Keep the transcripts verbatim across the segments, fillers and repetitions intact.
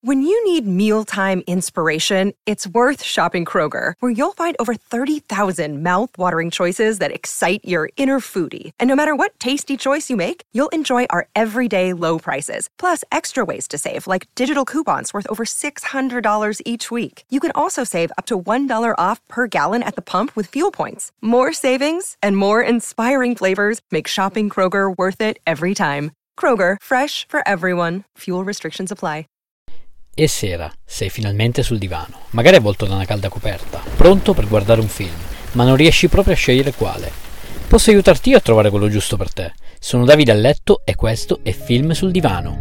When you need mealtime inspiration, it's worth shopping Kroger, where you'll find over thirty thousand mouth-watering choices that excite your inner foodie. And no matter what tasty choice you make, you'll enjoy our everyday low prices, plus extra ways to save, like digital coupons worth over six hundred dollars each week. You can also save up to one dollar off per gallon at the pump with fuel points. More savings and more inspiring flavors make shopping Kroger worth it every time. Kroger, fresh for everyone. Fuel restrictions apply. E sera, sei finalmente sul divano, magari avvolto da una calda coperta, pronto per guardare un film, ma non riesci proprio a scegliere quale. Posso aiutarti io a trovare quello giusto per te. Sono Davide a letto e questo è Film sul divano.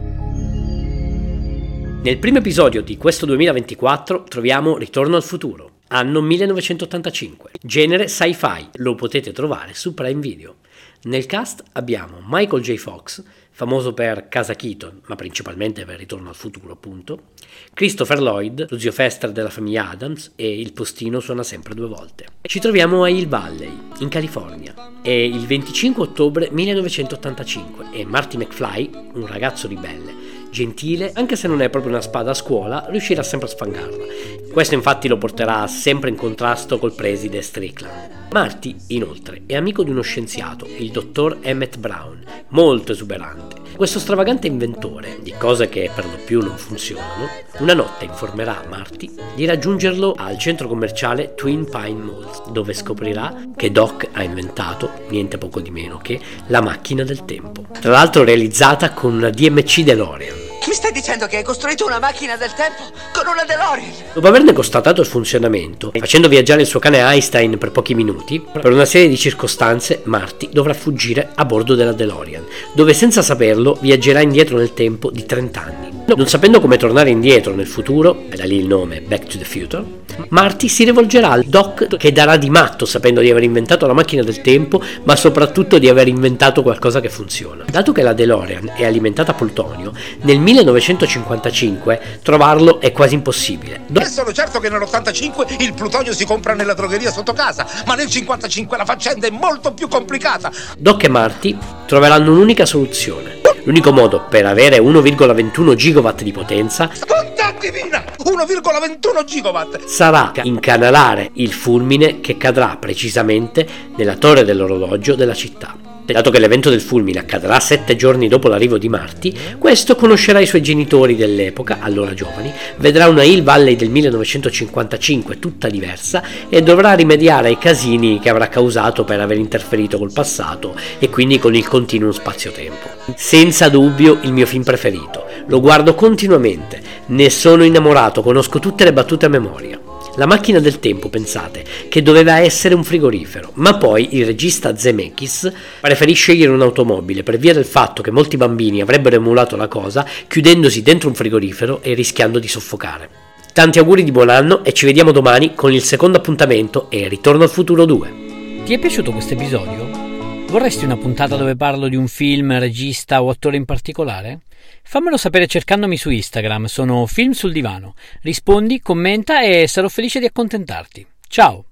Nel primo episodio di questo duemilaventiquattro troviamo Ritorno al futuro, anno millenovecentottantacinque, genere sci-fi, lo potete trovare su Prime Video. Nel cast abbiamo Michael J. Fox, famoso per Casa Keaton, ma principalmente per Ritorno al futuro appunto, Christopher Lloyd, lo zio Fester della famiglia Addams, e il postino suona sempre due volte. Ci troviamo a Hill Valley, in California. È il venticinque ottobre millenovecentottantacinque e Marty McFly, un ragazzo ribelle, gentile, anche se non è proprio una spada a scuola, riuscirà sempre a sfangarla. Questo infatti lo porterà sempre in contrasto col preside Strickland. Marty, inoltre, è amico di uno scienziato, il dottor Emmett Brown, molto esuberante. Questo stravagante inventore di cose che per lo più non funzionano, una notte informerà Marty di raggiungerlo al centro commerciale Twin Pine Malls, dove scoprirà che Doc ha inventato niente poco di meno che la macchina del tempo, tra l'altro realizzata con una D M C DeLorean. Mi stai dicendo che hai costruito una macchina del tempo con una DeLorean? Dopo averne constatato il funzionamento, facendo viaggiare il suo cane Einstein per pochi minuti, per una serie di circostanze Marty dovrà fuggire a bordo della DeLorean, dove senza saperlo viaggerà indietro nel tempo di trenta anni. Non sapendo come tornare indietro nel futuro, e da lì il nome Back to the Future, Marty si rivolgerà al Doc, che darà di matto sapendo di aver inventato la macchina del tempo, ma soprattutto di aver inventato qualcosa che funziona. Dato che la DeLorean è alimentata a plutonio, nel millenovecentocinquantacinque trovarlo è quasi impossibile. Do- sono certo che nell'ottantacinque il plutonio si compra nella drogheria sotto casa, ma nel cinquantacinque la faccenda è molto più complicata. Doc e Marty troveranno un'unica soluzione. L'unico modo per avere uno virgola ventuno gigawatt di potenza Bontà divina! uno virgola ventuno gigawatt! Sarà incanalare il fulmine che cadrà precisamente nella torre dell'orologio della città. Dato che l'evento del fulmine accadrà sette giorni dopo l'arrivo di Marty, questo conoscerà i suoi genitori dell'epoca, allora giovani, vedrà una Hill Valley del millenovecentocinquantacinque tutta diversa e dovrà rimediare ai casini che avrà causato per aver interferito col passato e quindi con il continuum spazio-tempo. Senza dubbio il mio film preferito, lo guardo continuamente, ne sono innamorato, conosco tutte le battute a memoria. La macchina del tempo, pensate, che doveva essere un frigorifero, ma poi il regista Zemeckis preferì scegliere un'automobile per via del fatto che molti bambini avrebbero emulato la cosa chiudendosi dentro un frigorifero e rischiando di soffocare. Tanti auguri di buon anno e ci vediamo domani con il secondo appuntamento e Ritorno al futuro due. Ti è piaciuto questo episodio? Vorresti una puntata dove parlo di un film, regista o attore in particolare? Fammelo sapere cercandomi su Instagram, sono Film sul divano. Rispondi, commenta e sarò felice di accontentarti. Ciao!